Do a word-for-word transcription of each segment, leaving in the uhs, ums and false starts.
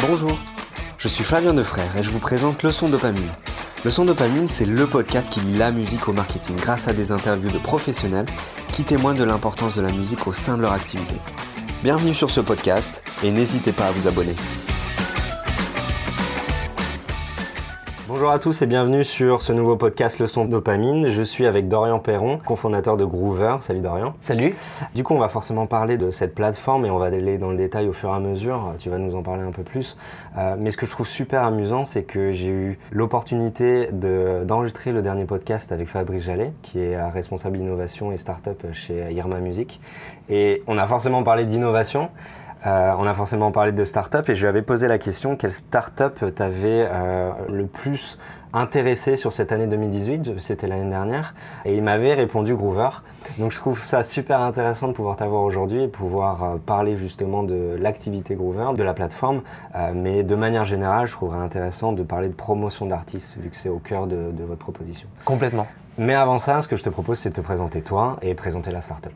Bonjour, je suis Flavien Defrère et je vous présente Leçon Dopamine. Leçon Dopamine, c'est le podcast qui lie la musique au marketing grâce à des interviews de professionnels qui témoignent de l'importance de la musique au sein de leur activité. Bienvenue sur ce podcast et n'hésitez pas à vous abonner. Bonjour à tous et bienvenue sur ce nouveau podcast Leçon Dopamine. Je suis avec Dorian Perron, cofondateur de Groover. Salut Dorian. Salut. Du coup, on va forcément parler de cette plateforme et on va aller dans le détail au fur et à mesure. Tu vas nous en parler un peu plus. Euh, mais ce que je trouve super amusant, c'est que j'ai eu l'opportunité de, d'enregistrer le dernier podcast avec Fabrice Jallet, qui est responsable innovation et start-up chez Irma Music. Et on a forcément parlé d'innovation. Euh, on a forcément parlé de start-up et je lui avais posé la question, quelle start-up t'avait euh, le plus intéressé sur cette année deux mille dix-huit, c'était l'année dernière, et il m'avait répondu Groover. Donc je trouve ça super intéressant de pouvoir t'avoir aujourd'hui et pouvoir euh, parler justement de l'activité Groover, de la plateforme, euh, mais de manière générale, je trouverais intéressant de parler de promotion d'artistes, vu que c'est au cœur de, de votre proposition. Complètement. Mais avant ça, ce que je te propose, c'est de te présenter toi et présenter la start-up.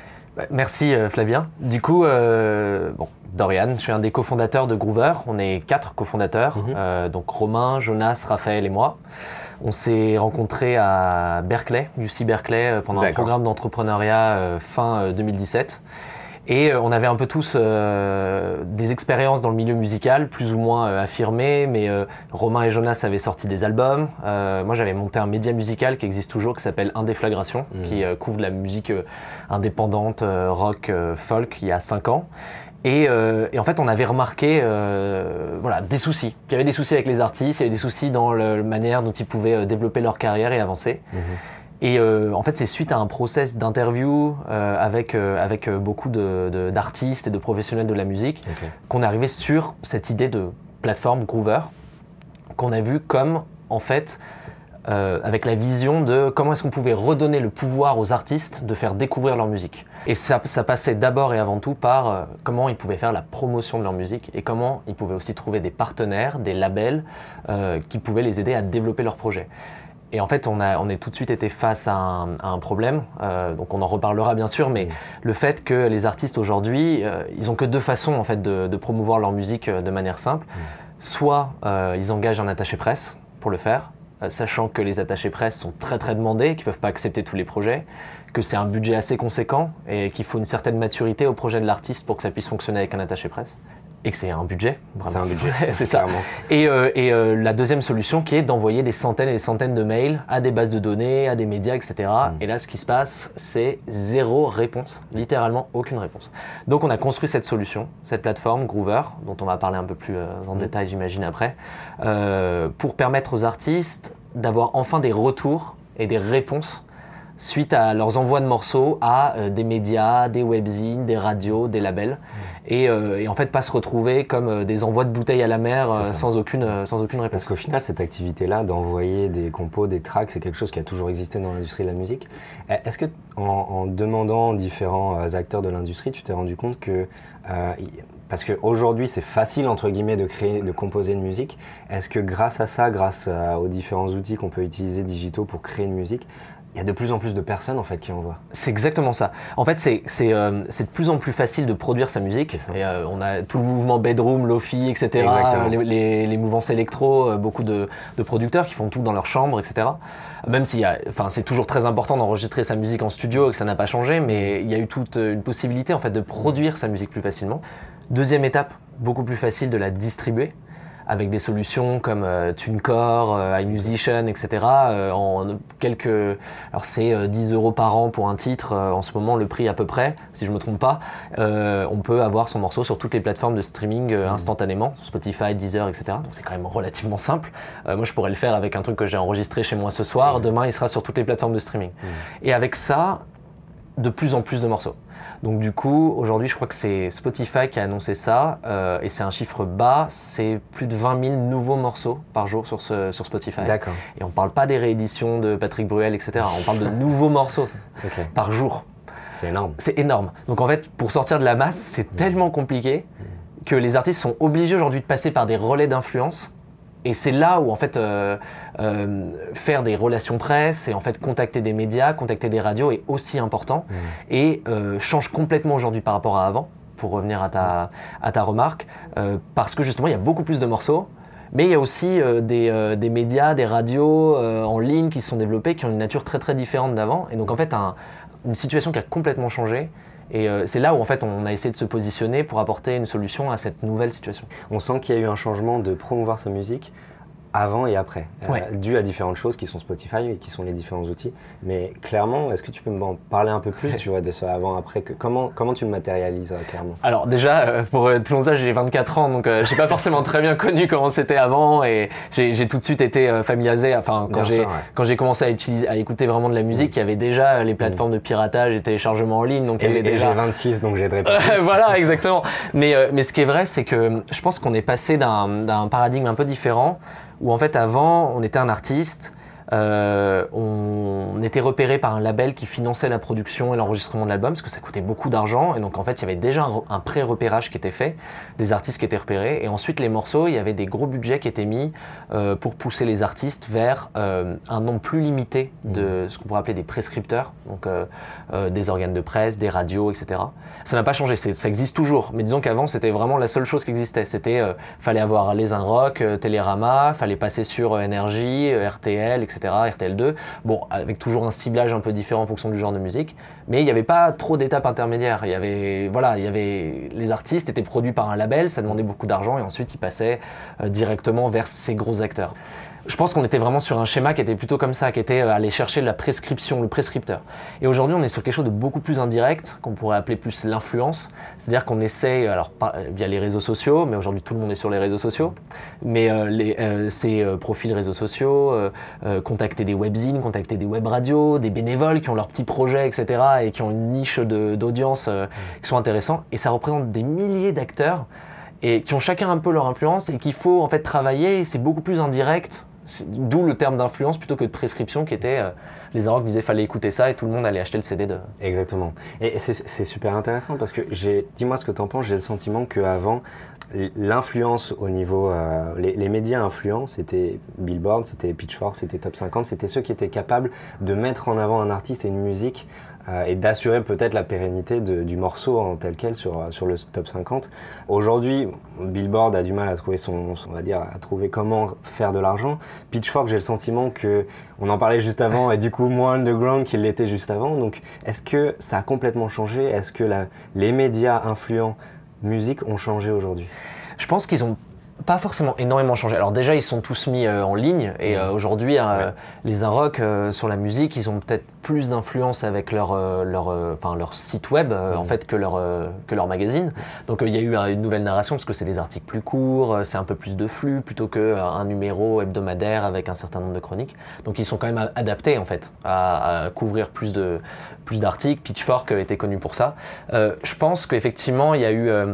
Merci euh, Flavien. Du coup, euh, bon, Dorian, je suis un des cofondateurs de Groover. On est quatre cofondateurs, mm-hmm. euh, donc Romain, Jonas, Raphaël et moi. On s'est rencontrés à Berkeley, U C Berkeley, pendant D'accord. un programme d'entrepreneuriat euh, fin euh, deux mille dix-sept. Et euh, on avait un peu tous euh, des expériences dans le milieu musical, plus ou moins euh, affirmées, mais euh, Romain et Jonas avaient sorti des albums. Euh, moi, j'avais monté un média musical qui existe toujours, qui s'appelle Indéflagration, mmh. qui euh, couvre la musique euh, indépendante, euh, rock, euh, folk, il y a cinq ans. Et, euh, et en fait, on avait remarqué euh, voilà, des soucis. Il y avait des soucis avec les artistes, il y avait des soucis dans le, la manière dont ils pouvaient euh, développer leur carrière et avancer. Mmh. Et euh, en fait, c'est suite à un process d'interview euh, avec, euh, avec beaucoup de, de, d'artistes et de professionnels de la musique okay. qu'on est arrivé sur cette idée de plateforme Groover, qu'on a vu comme, en fait, euh, avec la vision de comment est-ce qu'on pouvait redonner le pouvoir aux artistes de faire découvrir leur musique. Et ça, ça passait d'abord et avant tout par euh, comment ils pouvaient faire la promotion de leur musique et comment ils pouvaient aussi trouver des partenaires, des labels euh, qui pouvaient les aider à développer leurs projets. Et en fait, on a, on est tout de suite été face à un, à un problème, euh, donc on en reparlera bien sûr, mais mmh. le fait que les artistes aujourd'hui, euh, ils ont que deux façons en fait de, de promouvoir leur musique de manière simple. Mmh. Soit euh, ils engagent un attaché presse pour le faire, euh, sachant que les attachés presse sont très très demandés, qu'ils ne peuvent pas accepter tous les projets, que c'est un budget assez conséquent et qu'il faut une certaine maturité au projet de l'artiste pour que ça puisse fonctionner avec un attaché presse. Et que c'est un budget, vraiment. C'est un budget, c'est ça. Et, euh, et euh, la deuxième solution qui est d'envoyer des centaines et des centaines de mails à des bases de données, à des médias, et cetera. Mm. Et là, ce qui se passe, c'est zéro réponse, littéralement aucune réponse. Donc, on a construit cette solution, cette plateforme Groover, dont on va parler un peu plus euh, en mm. détail, j'imagine, après, euh, pour permettre aux artistes d'avoir enfin des retours et des réponses suite à leurs envois de morceaux à euh, des médias, des webzines, des radios, des labels, mmh. et, euh, et en fait pas se retrouver comme euh, des envois de bouteilles à la mer euh, sans aucune, euh, sans aucune réponse. Parce qu'au final, cette activité-là d'envoyer des compos, des tracks, c'est quelque chose qui a toujours existé dans l'industrie de la musique. Est-ce que en, en demandant différents acteurs de l'industrie, tu t'es rendu compte que euh, parce qu'aujourd'hui, c'est facile, entre guillemets, de créer, de composer une musique. Est-ce que grâce à ça, grâce à, aux différents outils qu'on peut utiliser digitaux pour créer une musique, il y a de plus en plus de personnes en fait qui envoient. C'est exactement ça. En fait, c'est, c'est, euh, c'est de plus en plus facile de produire sa musique. Et, euh, on a tout le mouvement bedroom, lofi, et cetera. Les, les, les mouvances électro, euh, beaucoup de, de producteurs qui font tout dans leur chambre, et cetera. Même si c'est toujours très important d'enregistrer sa musique en studio et que ça n'a pas changé, mais il y a eu toute une possibilité en fait, de produire sa musique plus facilement. Deuxième étape, beaucoup plus facile de la distribuer, avec des solutions comme euh, TuneCore, euh, iMusician, et cetera. Euh, en quelques, alors c'est euh, dix euros par an pour un titre, euh, en ce moment le prix à peu près, si je ne me trompe pas. Euh, on peut avoir son morceau sur toutes les plateformes de streaming euh, instantanément, Spotify, Deezer, et cetera. Donc c'est quand même relativement simple. Euh, moi je pourrais le faire avec un truc que j'ai enregistré chez moi ce soir, demain il sera sur toutes les plateformes de streaming. Mmh. Et avec ça, de plus en plus de morceaux. Donc du coup, aujourd'hui, je crois que c'est Spotify qui a annoncé ça, euh, et c'est un chiffre bas, c'est plus de vingt mille nouveaux morceaux par jour sur, ce, sur Spotify. D'accord. Et on ne parle pas des rééditions de Patrick Bruel, et cetera. On parle de nouveaux morceaux okay. par jour. C'est énorme. C'est énorme. Donc en fait, pour sortir de la masse, c'est mmh. tellement compliqué mmh. que les artistes sont obligés aujourd'hui de passer par des relais d'influence. Et c'est là où en fait euh, euh, faire des relations presse et en fait contacter des médias, contacter des radios est aussi important mmh. et euh, change complètement aujourd'hui par rapport à avant. pour revenir à ta, à ta remarque, euh, parce que justement, il y a beaucoup plus de morceaux. Mais il y a aussi euh, des, euh, des médias, des radios euh, en ligne qui sont développés, qui ont une nature très très différente d'avant. Et donc en fait, un, une situation qui a complètement changé. Et euh, c'est là où en fait on a essayé de se positionner pour apporter une solution à cette nouvelle situation. On sent qu'il y a eu un changement de promouvoir sa musique avant et après, ouais. euh, dû à différentes choses qui sont Spotify et qui sont les différents outils. Mais clairement, est-ce que tu peux m'en parler un peu plus, tu vois, de ça avant-après que, comment, comment tu le matérialises euh, clairement? Alors déjà, euh, pour euh, tout le monde ça, j'ai vingt-quatre ans, donc euh, j'ai pas forcément très bien connu comment c'était avant et j'ai, j'ai tout de suite été euh, familiarisé. Enfin, quand j'ai, ouais. quand j'ai commencé à, utiliser, à écouter vraiment de la musique, mmh. il y avait déjà les plateformes mmh. de piratage et téléchargement en ligne. Donc et, il y avait et déjà... j'ai vingt-six, donc j'aiderai pas plus. Voilà, exactement. Mais, euh, mais ce qui est vrai, c'est que je pense qu'on est passé d'un, d'un paradigme un peu différent où en fait avant on était un artiste, euh, on était repéré par un label qui finançait la production et l'enregistrement de l'album parce que ça coûtait beaucoup d'argent et donc en fait il y avait déjà un, un pré-repérage qui était fait, des artistes qui étaient repérés et ensuite les morceaux, il y avait des gros budgets qui étaient mis euh, pour pousser les artistes vers euh, un nombre plus limité de ce qu'on pourrait appeler des prescripteurs, donc euh, euh, des organes de presse, des radios, et cetera. Ça n'a pas changé, c'est, ça existe toujours, mais disons qu'avant c'était vraiment la seule chose qui existait, c'était euh, fallait avoir les Inrock, euh, Télérama, fallait passer sur euh, Énergie, euh, R T L, et cetera, R T L deux, bon, avec toujours un ciblage un peu différent en fonction du genre de musique, mais il n'y avait pas trop d'étapes intermédiaires. Il y avait, voilà, il y avait, les artistes étaient produits par un label, ça demandait beaucoup d'argent et ensuite ils passaient euh, directement vers ces gros acteurs. Je pense qu'on était vraiment sur un schéma qui était plutôt comme ça, qui était aller chercher la prescription, le prescripteur. Et aujourd'hui, on est sur quelque chose de beaucoup plus indirect, qu'on pourrait appeler plus l'influence. C'est-à-dire qu'on essaie, alors pas, via les réseaux sociaux, mais aujourd'hui tout le monde est sur les réseaux sociaux, mais euh, les, euh, ces euh, profils réseaux sociaux, euh, euh, contacter des webzines, contacter des web radios, des bénévoles qui ont leurs petits projets, et cetera, et qui ont une niche de, d'audience euh, qui sont intéressants. Et ça représente des milliers d'acteurs et qui ont chacun un peu leur influence et qu'il faut en fait travailler. C'est beaucoup plus indirect. D'où le terme d'influence plutôt que de prescription qui était euh, les Inrock disaient fallait écouter ça et tout le monde allait acheter le C D de... Exactement. Et c'est, c'est super intéressant parce que j'ai, dis-moi ce que tu en penses, j'ai le sentiment qu'avant l'influence au niveau, euh, les, les médias influents, c'était Billboard, c'était Pitchfork, c'était Top cinquante, c'était ceux qui étaient capables de mettre en avant un artiste et une musique euh, et d'assurer peut-être la pérennité de, du morceau en tel quel sur, sur le Top cinquante. Aujourd'hui, Billboard a du mal à trouver son, son, on va dire, à trouver comment faire de l'argent. Pitchfork, j'ai le sentiment que, on en parlait juste avant, et du coup moins underground qu'il l'était juste avant. Donc, est-ce que ça a complètement changé? Est-ce que la, les médias influents musique ont changé aujourd'hui? Je pense qu'ils ont pas forcément énormément changé. Alors déjà, ils sont tous mis euh, en ligne et euh, aujourd'hui, euh, ouais. les Inrock euh, sur la musique, ils ont peut-être plus d'influence avec leur, euh, leur, euh, enfin, leur site web euh, mmh. en fait que leur, euh, que leur magazine. Donc il euh, y a eu euh, une nouvelle narration parce que c'est des articles plus courts, euh, c'est un peu plus de flux plutôt qu'un euh, numéro hebdomadaire avec un certain nombre de chroniques. Donc ils sont quand même adaptés en fait à, à couvrir plus, de, plus d'articles. Pitchfork était connu pour ça. Euh, je pense qu'effectivement, il y a eu... Euh,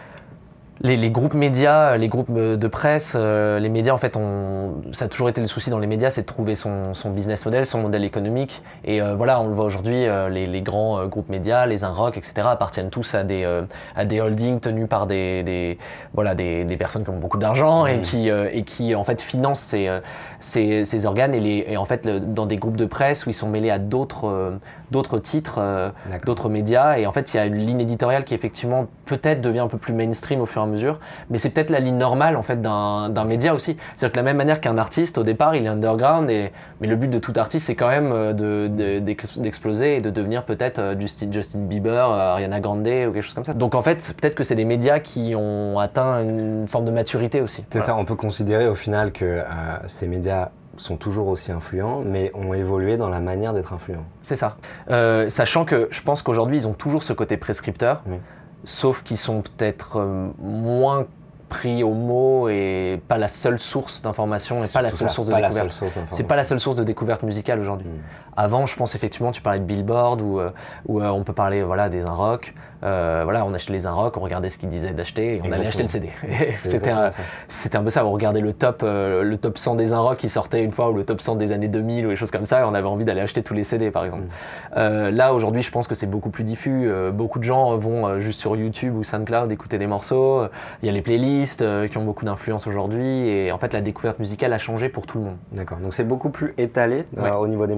Les, les groupes médias, les groupes de presse, euh, les médias en fait, ont, ça a toujours été le souci dans les médias, c'est de trouver son, son business model, son modèle économique. Et euh, voilà, on le voit aujourd'hui, euh, les, les grands euh, groupes médias, les Inrock, et cetera, appartiennent tous à des, euh, à des holdings tenus par des, des, voilà, des, des personnes qui ont beaucoup d'argent mmh. et, qui, euh, et qui en fait financent ces, ces, ces organes et, les, et en fait le, dans des groupes de presse où ils sont mêlés à d'autres, euh, d'autres titres, euh, d'autres médias. Et en fait, il y a une ligne éditoriale qui effectivement peut-être devient un peu plus mainstream au fur et à mesure, mais c'est peut-être la ligne normale en fait d'un, d'un média aussi. C'est-à-dire que de la même manière qu'un artiste, au départ, il est underground, et, mais le but de tout artiste, c'est quand même de, de, d'exploser et de devenir peut-être du style Justin Bieber, Ariana Grande ou quelque chose comme ça. Donc en fait, peut-être que c'est des médias qui ont atteint une forme de maturité aussi. C'est voilà. Ça, on peut considérer au final que euh, ces médias sont toujours aussi influents, mais ont évolué dans la manière d'être influents. C'est ça. Euh, sachant que je pense qu'aujourd'hui, ils ont toujours ce côté prescripteur, oui. Sauf qu'ils sont peut-être euh, moins pris au mot et pas la seule source d'information et pas la seule source de découverte. C'est pas la seule source de découverte musicale aujourd'hui. Mm. Avant, je pense effectivement, tu parlais de Billboard ou, ou euh, on peut parler voilà, des Inrock. Euh, voilà, on achetait les Inrock, on regardait ce qu'ils disaient d'acheter et on exactement. Allait acheter le C D. c'était, un, c'était un peu ça, on regardait le top, euh, le top cent des Inrock qui sortait une fois ou le top cent des années deux mille ou des choses comme ça et on avait envie d'aller acheter tous les C D par exemple. Mm. Euh, là, aujourd'hui, je pense que c'est beaucoup plus diffus. Euh, beaucoup de gens vont euh, juste sur YouTube ou SoundCloud écouter des morceaux. Il y a les playlists euh, qui ont beaucoup d'influence aujourd'hui et en fait, la découverte musicale a changé pour tout le monde. D'accord, donc c'est beaucoup plus étalé ouais. euh, au niveau des médias, c'est-à-dire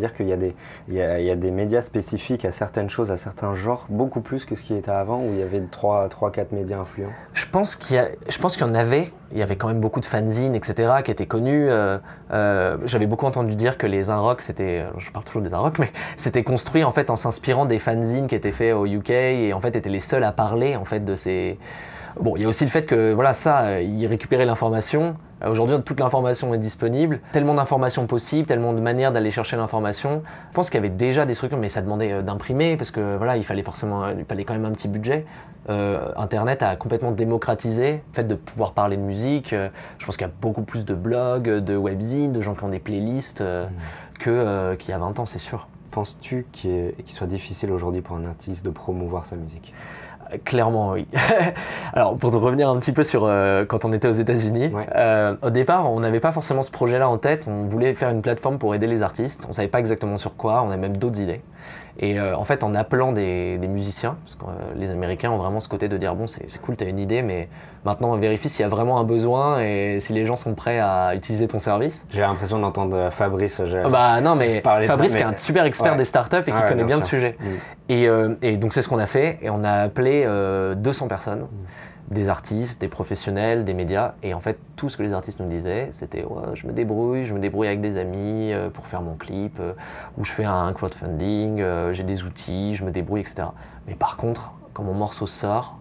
C'est-à-dire qu'il y a des, il y a, il y a des médias spécifiques à certaines choses, à certains genres, beaucoup plus que ce qui était avant, où il y avait trois, quatre médias influents. Je pense qu'il y a, je pense qu'il y en avait. Il y avait quand même beaucoup de fanzines, et cetera, qui étaient connus. Euh, euh, j'avais beaucoup entendu dire que les Inrock, c'était, je parle toujours des Inrock, mais c'était construit en fait en s'inspirant des fanzines qui étaient faits au U K et en fait étaient les seuls à parler en fait de ces. Bon, il y a aussi le fait que voilà ça, ils récupéraient l'information. Aujourd'hui, toute l'information est disponible. Tellement d'informations possibles, tellement de manières d'aller chercher l'information. Je pense qu'il y avait déjà des structures, mais ça demandait d'imprimer parce que voilà, il fallait forcément, il fallait quand même un petit budget. Euh, Internet a complètement démocratisé le fait de pouvoir parler de musique. Euh, je pense qu'il y a beaucoup plus de blogs, de webzines, de gens qui ont des playlists euh, mmh. que euh, qu'il y a vingt ans, c'est sûr. Penses-tu qu'il, qu'il soit difficile aujourd'hui pour un artiste de promouvoir sa musique ? Clairement, oui. Alors, pour te revenir un petit peu sur euh, quand on était aux États-Unis, ouais. euh, au départ, on n'avait pas forcément ce projet-là en tête. On voulait faire une plateforme pour aider les artistes. On ne savait pas exactement sur quoi. On avait même d'autres idées. Et euh, en fait, en appelant des, des musiciens, parce que euh, les Américains ont vraiment ce côté de dire bon, c'est, c'est cool, tu as une idée, mais maintenant on vérifie s'il y a vraiment un besoin et si les gens sont prêts à utiliser ton service. J'ai l'impression d'entendre Fabrice. J'ai... Bah non, mais Fabrice, ça, mais... qui est un super expert ouais. des startups et qui ouais, connaît bien, bien le sujet. Mmh. Et, euh, et donc c'est ce qu'on a fait et on a appelé euh, deux cents personnes. Mmh. Des artistes, des professionnels, des médias. Et en fait, tout ce que les artistes nous disaient, c'était ouais, « je me débrouille, je me débrouille avec des amis euh, pour faire mon clip, euh, ou je fais un crowdfunding, euh, j'ai des outils, je me débrouille, et cetera » Mais par contre, quand mon morceau sort,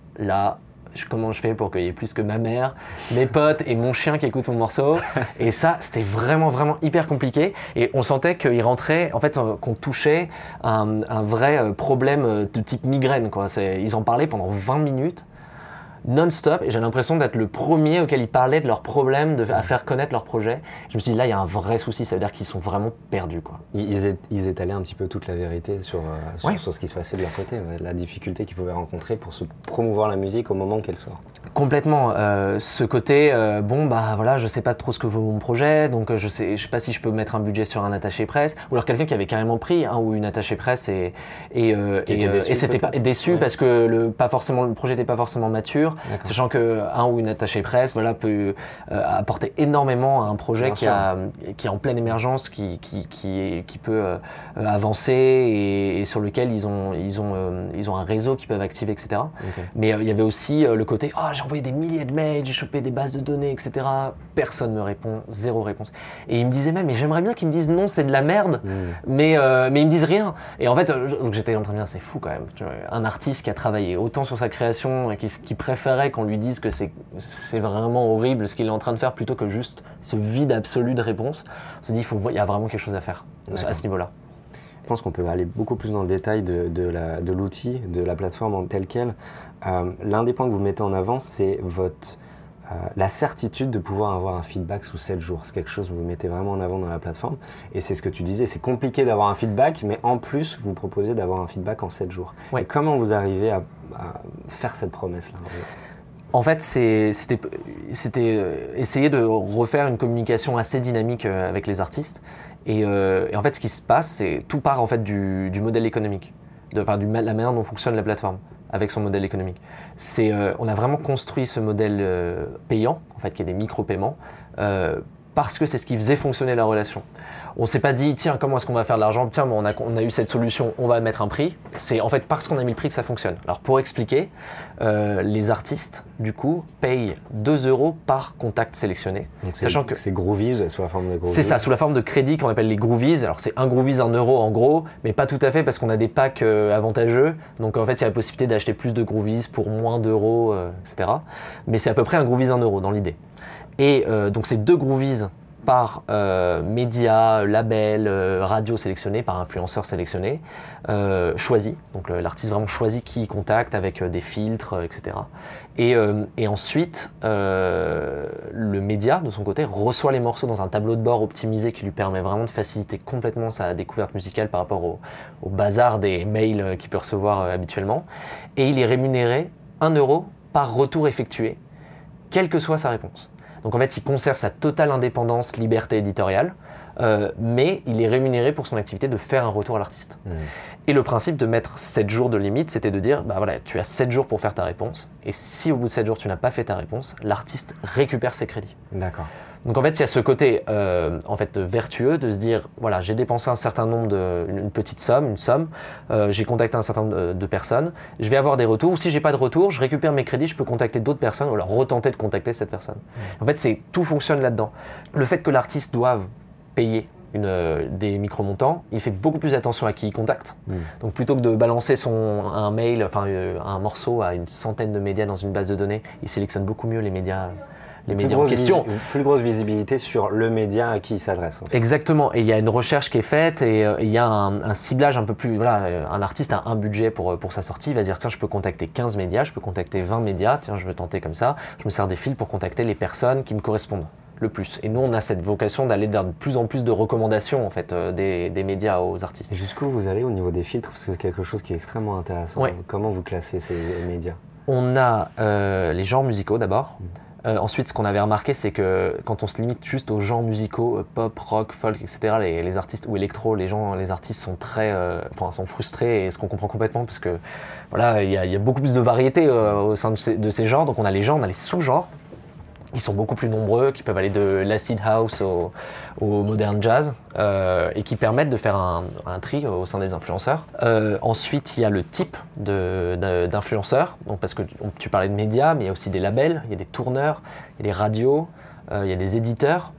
là, je, comment je fais pour qu'il y ait plus que ma mère, mes potes et mon chien qui écoutent mon morceau. Et ça, c'était vraiment, vraiment hyper compliqué. Et on sentait qu'il rentrait, en fait, euh, qu'on touchait un, un vrai problème de type migraine, quoi. C'est, ils en parlaient pendant vingt minutes. Non-stop, et j'ai l'impression d'être le premier auquel ils parlaient de leurs problèmes, de, à faire connaître leur projet. Je me suis dit, là, il y a un vrai souci, ça veut dire qu'ils sont vraiment perdus, quoi. Ils, est, ils étalaient un petit peu toute la vérité sur, euh, sur, ouais. sur ce qui se passait de leur côté, la difficulté qu'ils pouvaient rencontrer pour se promouvoir la musique au moment qu'elle sort. Complètement. Euh, ce côté, euh, bon, bah voilà, je sais pas trop ce que vaut mon projet, donc je sais, je sais pas si je peux mettre un budget sur un attaché presse, ou alors quelqu'un qui avait carrément pris un ou une attaché presse et, et, euh, et, euh, déçu, et c'était pas déçu ouais. parce que le, pas forcément, le projet n'était pas forcément mature. D'accord. Sachant qu'un ou une attachée presse voilà, peut euh, apporter énormément à un projet qui, a, qui est en pleine émergence, qui, qui, qui, est, qui peut euh, avancer et, et sur lequel ils ont, ils, ont, euh, ils ont un réseau qu'ils peuvent activer, et cetera. Okay. Mais il euh, y avait aussi euh, le côté oh, « j'ai envoyé des milliers de mails, j'ai chopé des bases de données, et cetera. Personne ne me répond, zéro réponse. » Et ils me disaient même « mais j'aimerais bien qu'ils me disent non, c'est de la merde, mmh. mais, euh, mais ils me disent rien. » Et en fait, donc j'étais en train de dire « c'est fou quand même. » Un artiste qui a travaillé autant sur sa création et qui, qui préférait qu'on lui dise que c'est, c'est vraiment horrible ce qu'il est en train de faire plutôt que juste ce vide absolu de réponse. On se dit il y a vraiment quelque chose à faire D'accord. à ce niveau-là. Je pense qu'on peut aller beaucoup plus dans le détail de, de, la, de l'outil, de la plateforme en telle quelle. Euh, l'un des points que vous mettez en avant, c'est votre, euh, la certitude de pouvoir avoir un feedback sous sept jours. C'est quelque chose que vous mettez vraiment en avant dans la plateforme. Et c'est ce que tu disais, c'est compliqué d'avoir un feedback, mais en plus, vous proposez d'avoir un feedback en sept jours. Ouais. Et comment vous arrivez à, à faire cette promesse-là ? En fait, c'est, c'était, c'était essayer de refaire une communication assez dynamique avec les artistes. Et, euh, et en fait, ce qui se passe, c'est tout part en fait du, du modèle économique, de, enfin, du, la manière dont fonctionne la plateforme avec son modèle économique. C'est, euh, on a vraiment construit ce modèle euh, payant, en fait, qui est des micro-paiements, euh, parce que c'est ce qui faisait fonctionner la relation. On ne s'est pas dit, tiens, comment est-ce qu'on va faire de l'argent ? Tiens, bon, on, a, on a eu cette solution, on va mettre un prix. C'est en fait parce qu'on a mis le prix que ça fonctionne. Alors pour expliquer, euh, les artistes, du coup, payent deux euros par contact sélectionné. Donc c'est, sachant que c'est Groovies sous la forme de Groovies. C'est ça, sous la forme de crédit qu'on appelle les Groovies. Alors c'est un Groovies, un euro en gros, mais pas tout à fait parce qu'on a des packs euh, avantageux. Donc en fait, il y a la possibilité d'acheter plus de Groovies pour moins d'euros, euh, et cetera. Mais c'est à peu près un Groovies, un euro dans l'idée. Et euh, donc c'est deux Groovies par euh, médias, labels, euh, radio sélectionnés, par influenceurs sélectionnés, euh, choisis. Donc le, l'artiste vraiment choisit qui il contacte avec euh, des filtres, euh, et cetera. Et, euh, et ensuite, euh, le média, de son côté, reçoit les morceaux dans un tableau de bord optimisé qui lui permet vraiment de faciliter complètement sa découverte musicale par rapport au, au bazar des mails qu'il peut recevoir euh, habituellement. Et il est rémunéré un euro par retour effectué, quelle que soit sa réponse. Donc en fait, il conserve sa totale indépendance, liberté éditoriale. euh, mais il est rémunéré pour son activité de faire un retour à l'artiste. Mmh. Et le principe de mettre sept jours de limite, c'était de dire, bah voilà, tu as sept jours pour faire ta réponse, et si au bout de sept jours tu n'as pas fait ta réponse, l'artiste récupère ses crédits. D'accord. Donc en fait, il y a ce côté euh, en fait, vertueux de se dire, voilà, j'ai dépensé un certain nombre de, une, une petite somme, une somme, euh, j'ai contacté un certain nombre de, de personnes, je vais avoir des retours, ou si j'ai pas de retour, je récupère mes crédits, je peux contacter d'autres personnes, ou alors retenter de contacter cette personne. Mmh. En fait, c'est, tout fonctionne là-dedans. Le fait que l'artiste doive payer Une, euh, des micro-montants, il fait beaucoup plus attention à qui il contacte. Mmh. Donc plutôt que de balancer son, un mail, enfin euh, un morceau à une centaine de médias dans une base de données, il sélectionne beaucoup mieux les médias, les médias en question. Visi- plus grosse visibilité sur le média à qui il s'adresse. En fait. Exactement, et il y a une recherche qui est faite et euh, il y a un, un ciblage un peu plus... Voilà, un artiste a un budget pour, pour sa sortie, il va dire tiens, je peux contacter quinze médias, je peux contacter vingt médias, tiens, je veux tenter comme ça, je me sers des fils pour contacter les personnes qui me correspondent le plus. Et nous, on a cette vocation d'aller vers de plus en plus de recommandations en fait, euh, des, des médias aux artistes. Et jusqu'où vous allez au niveau des filtres? Parce que c'est quelque chose qui est extrêmement intéressant. Ouais. Comment vous classez ces médias? On a euh, les genres musicaux d'abord. Mmh. Euh, ensuite, ce qu'on avait remarqué, c'est que quand on se limite juste aux genres musicaux, euh, pop, rock, folk, et cetera, les, les artistes ou électro, les gens, les artistes sont très, euh, enfin, sont frustrés, et ce qu'on comprend complètement, parce que voilà, il y, y a beaucoup plus de variété euh, au sein de ces, de ces genres. Donc, on a les genres, on a les sous-genres. Ils sont beaucoup plus nombreux, qui peuvent aller de l'acid house au, au modern jazz euh, et qui permettent de faire un, un tri au sein des influenceurs. Euh, ensuite, il y a le type de, de, d'influenceurs, donc parce que tu, tu parlais de médias, mais il y a aussi des labels, il y a des tourneurs, il y a des radios, euh, il y a des éditeurs.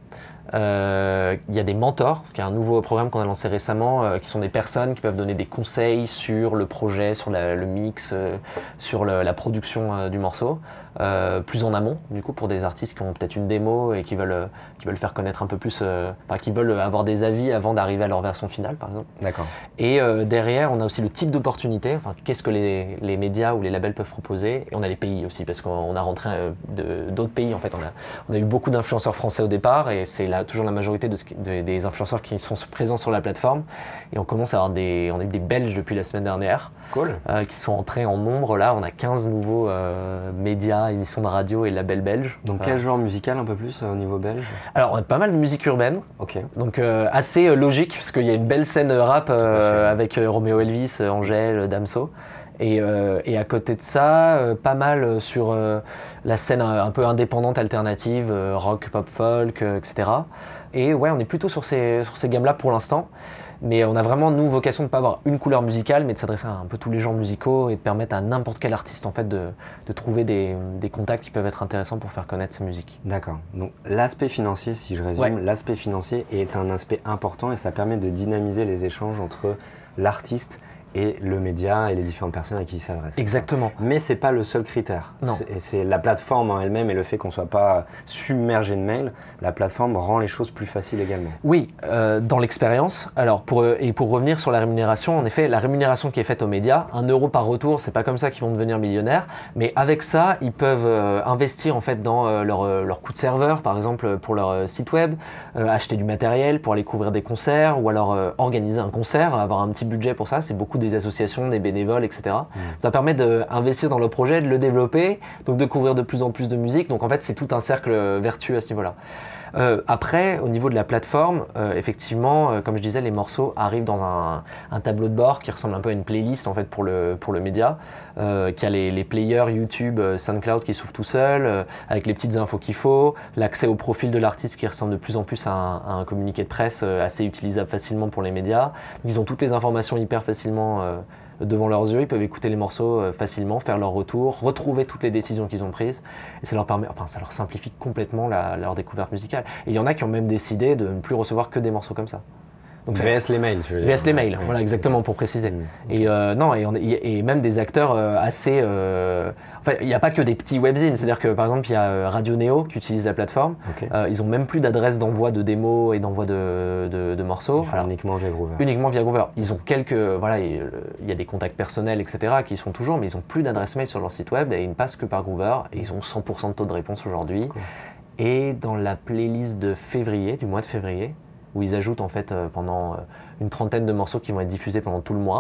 Euh, il y a des mentors, qui est un nouveau programme qu'on a lancé récemment, euh, qui sont des personnes qui peuvent donner des conseils sur le projet, sur la, le mix, euh, sur le, la production euh, du morceau, euh, plus en amont, du coup, pour des artistes qui ont peut-être une démo et qui veulent, euh, qui veulent faire connaître un peu plus, euh, enfin, qui veulent avoir des avis avant d'arriver à leur version finale, par exemple. D'accord. Et euh, derrière, on a aussi le type d'opportunité, enfin, qu'est-ce que les, les médias ou les labels peuvent proposer, et on a les pays aussi, parce qu'on a rentré euh, de, d'autres pays, en fait, on a, on a eu beaucoup d'influenceurs français au départ, et c'est là toujours la majorité de ce qui, de, des influenceurs qui sont présents sur la plateforme. Et on commence à avoir des, on a eu des Belges depuis la semaine dernière, cool. euh, qui sont entrés en nombre. Là, on a quinze nouveaux euh, médias, émissions de radio et labels belges. Donc, quel euh, genre musical un peu plus euh, au niveau belge? Alors, on a pas mal de musique urbaine. Ok. Donc, euh, assez euh, logique, parce qu'il y a une belle scène rap euh, avec euh, Roméo Elvis, euh, Angèle, Damso. Et, euh, et à côté de ça, euh, pas mal sur euh, la scène un, un peu indépendante, alternative, euh, rock, pop, folk, euh, et cetera. Et ouais, on est plutôt sur ces, sur ces gammes-là pour l'instant. Mais on a vraiment, nous, vocation de ne pas avoir une couleur musicale, mais de s'adresser à un peu tous les genres musicaux et de permettre à n'importe quel artiste en fait, de, de trouver des, des contacts qui peuvent être intéressants pour faire connaître sa musique. D'accord. Donc l'aspect financier, si je résume, ouais. l'aspect financier est un aspect important et ça permet de dynamiser les échanges entre l'artiste et le média et les différentes personnes à qui il s'adresse. Exactement. Mais c'est pas le seul critère. Non. C'est, c'est la plateforme en elle-même et le fait qu'on soit pas submergé de mails. La plateforme rend les choses plus faciles également. Oui, euh, dans l'expérience. Alors pour et pour revenir sur la rémunération, en effet, la rémunération qui est faite aux médias, un euro par retour, c'est pas comme ça qu'ils vont devenir millionnaires. Mais avec ça, ils peuvent euh, investir en fait dans euh, leur euh, leur coût de serveur, par exemple pour leur euh, site web, euh, acheter du matériel pour aller couvrir des concerts, ou alors euh, organiser un concert, avoir un petit budget pour ça. C'est beaucoup des associations, des bénévoles, et cetera. Mmh. Ça permet d'investir dans le projet, de le développer, donc de couvrir de plus en plus de musique. Donc en fait, c'est tout un cercle vertueux à ce niveau-là. Euh, après, au niveau de la plateforme, euh, effectivement, euh, comme je disais, les morceaux arrivent dans un, un tableau de bord qui ressemble un peu à une playlist en fait pour le, pour le média, euh, qui a les, les players YouTube, euh, SoundCloud qui s'ouvrent tout seul, euh, avec les petites infos qu'il faut, l'accès au profil de l'artiste qui ressemble de plus en plus à un, à un communiqué de presse euh, assez utilisable facilement pour les médias. Donc, ils ont toutes les informations hyper facilement euh, devant leurs yeux, ils peuvent écouter les morceaux euh, facilement, faire leur retour, retrouver toutes les décisions qu'ils ont prises, et ça leur permet, enfin ça leur simplifie complètement la, leur découverte musicale. Et il y en a qui ont même décidé de ne plus recevoir que des morceaux comme ça. Donc V S les mails, tu veux dire. V S les mails, ouais. Voilà exactement pour préciser. Mmh, okay. Et euh, non, et, on, et même des acteurs euh, assez. Euh, enfin, il n'y a pas que des petits webzines, c'est-à-dire que par exemple il y a Radio Néo qui utilise la plateforme. Okay. Euh, ils ont même plus d'adresse d'envoi de démos et d'envoi de, de, de morceaux. Alors, uniquement via Groover. Uniquement via Groover. Ils ont quelques, voilà, il y a des contacts personnels, et cetera qui y sont toujours, mais ils n'ont plus d'adresse mail sur leur site web et ils ne passent que par Groover. Et ils ont cent pour cent de taux de réponse aujourd'hui. Cool. Et dans la playlist de février, du mois de février, où ils ajoutent en fait euh, pendant euh, une trentaine de morceaux qui vont être diffusés pendant tout le mois.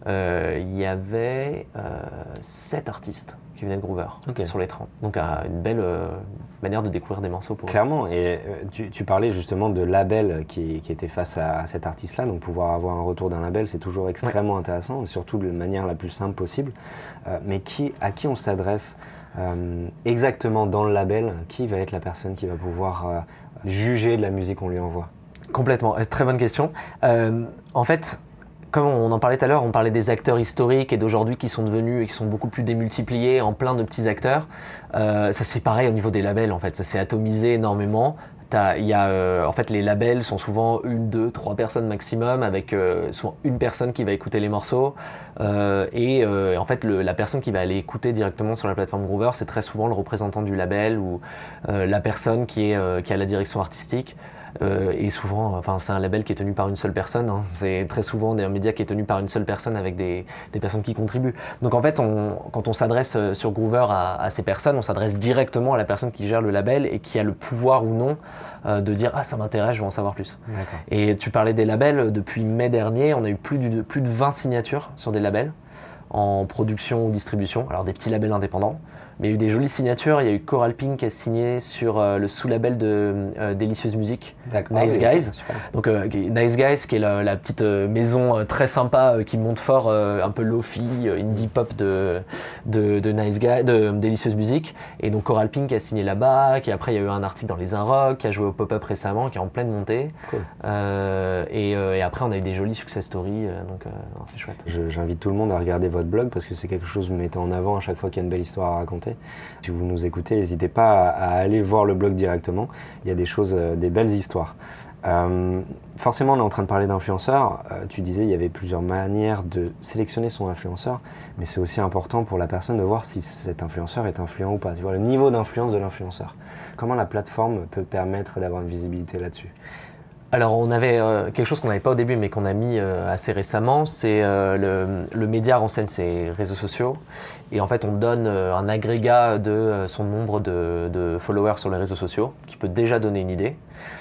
euh, il y avait euh, sept artistes qui venaient de Groover okay. sur les trente. Donc euh, une belle euh, manière de découvrir des morceaux pour Clairement, eux. Et euh, tu, tu parlais justement de label qui, qui était face à, à cet artiste-là, donc pouvoir avoir un retour d'un label, c'est toujours extrêmement ouais. intéressant, et surtout de la manière la plus simple possible. Euh, mais qui, à qui on s'adresse euh, exactement dans le label? Qui va être la personne qui va pouvoir euh, juger de la musique qu'on lui envoie? Complètement, très bonne question. Euh, en fait, comme on en parlait tout à l'heure, on parlait des acteurs historiques et d'aujourd'hui qui sont devenus et qui sont beaucoup plus démultipliés en plein de petits acteurs. Euh, ça c'est pareil au niveau des labels en fait, ça s'est atomisé énormément. Il y a, euh, en fait, les labels sont souvent une, deux, trois personnes maximum, avec euh, souvent une personne qui va écouter les morceaux. Euh, et euh, en fait, le, la personne qui va aller écouter directement sur la plateforme Groover, c'est très souvent le représentant du label ou euh, la personne qui, est, euh, qui a la direction artistique. Euh, et souvent, enfin, c'est un label qui est tenu par une seule personne. Hein. C'est très souvent un média qui est tenu par une seule personne avec des, des personnes qui contribuent. Donc en fait, on, quand on s'adresse sur Groover à, à ces personnes, on s'adresse directement à la personne qui gère le label et qui a le pouvoir ou non euh, de dire « Ah, ça m'intéresse, je veux en savoir plus ». Et tu parlais des labels. Depuis mai dernier, on a eu plus de, plus de vingt signatures sur des labels en production ou distribution. Alors des petits labels indépendants. Mais il y a eu des jolies signatures. Il y a eu Coral Pink qui a signé sur euh, le sous-label de euh, Délicieuse Musique, Nice ah, oui, Guys. Okay, Donc euh, Nice Guys, qui est la, la petite euh, maison euh, très sympa euh, qui monte fort, euh, un peu lofi, euh, indie pop de, de, de Nice Guys, de Délicieuse Musique. Et donc Coral Pink qui a signé là-bas. Qui après il y a eu un article dans Les Inrocks, qui a joué au pop-up récemment, qui est en pleine montée. Cool. Euh, et, euh, et après on a eu des jolies success stories. Euh, donc euh, non, c'est chouette. Je, j'invite tout le monde à regarder votre blog parce que c'est quelque chose que vous mettez en avant à chaque fois qu'il y a une belle histoire à raconter. Si vous nous écoutez, n'hésitez pas à, à aller voir le blog directement. Il y a des choses, euh, des belles histoires. Euh, forcément, on est en train de parler d'influenceurs. Euh, tu disais il y avait plusieurs manières de sélectionner son influenceur, mais c'est aussi important pour la personne de voir si cet influenceur est influent ou pas. Tu vois le niveau d'influence de l'influenceur. Comment la plateforme peut permettre d'avoir une visibilité là-dessus? Alors on avait euh, quelque chose qu'on n'avait pas au début mais qu'on a mis euh, assez récemment, c'est euh, le, le média renseigne ses réseaux sociaux et en fait on donne euh, un agrégat de euh, son nombre de, de followers sur les réseaux sociaux qui peut déjà donner une idée.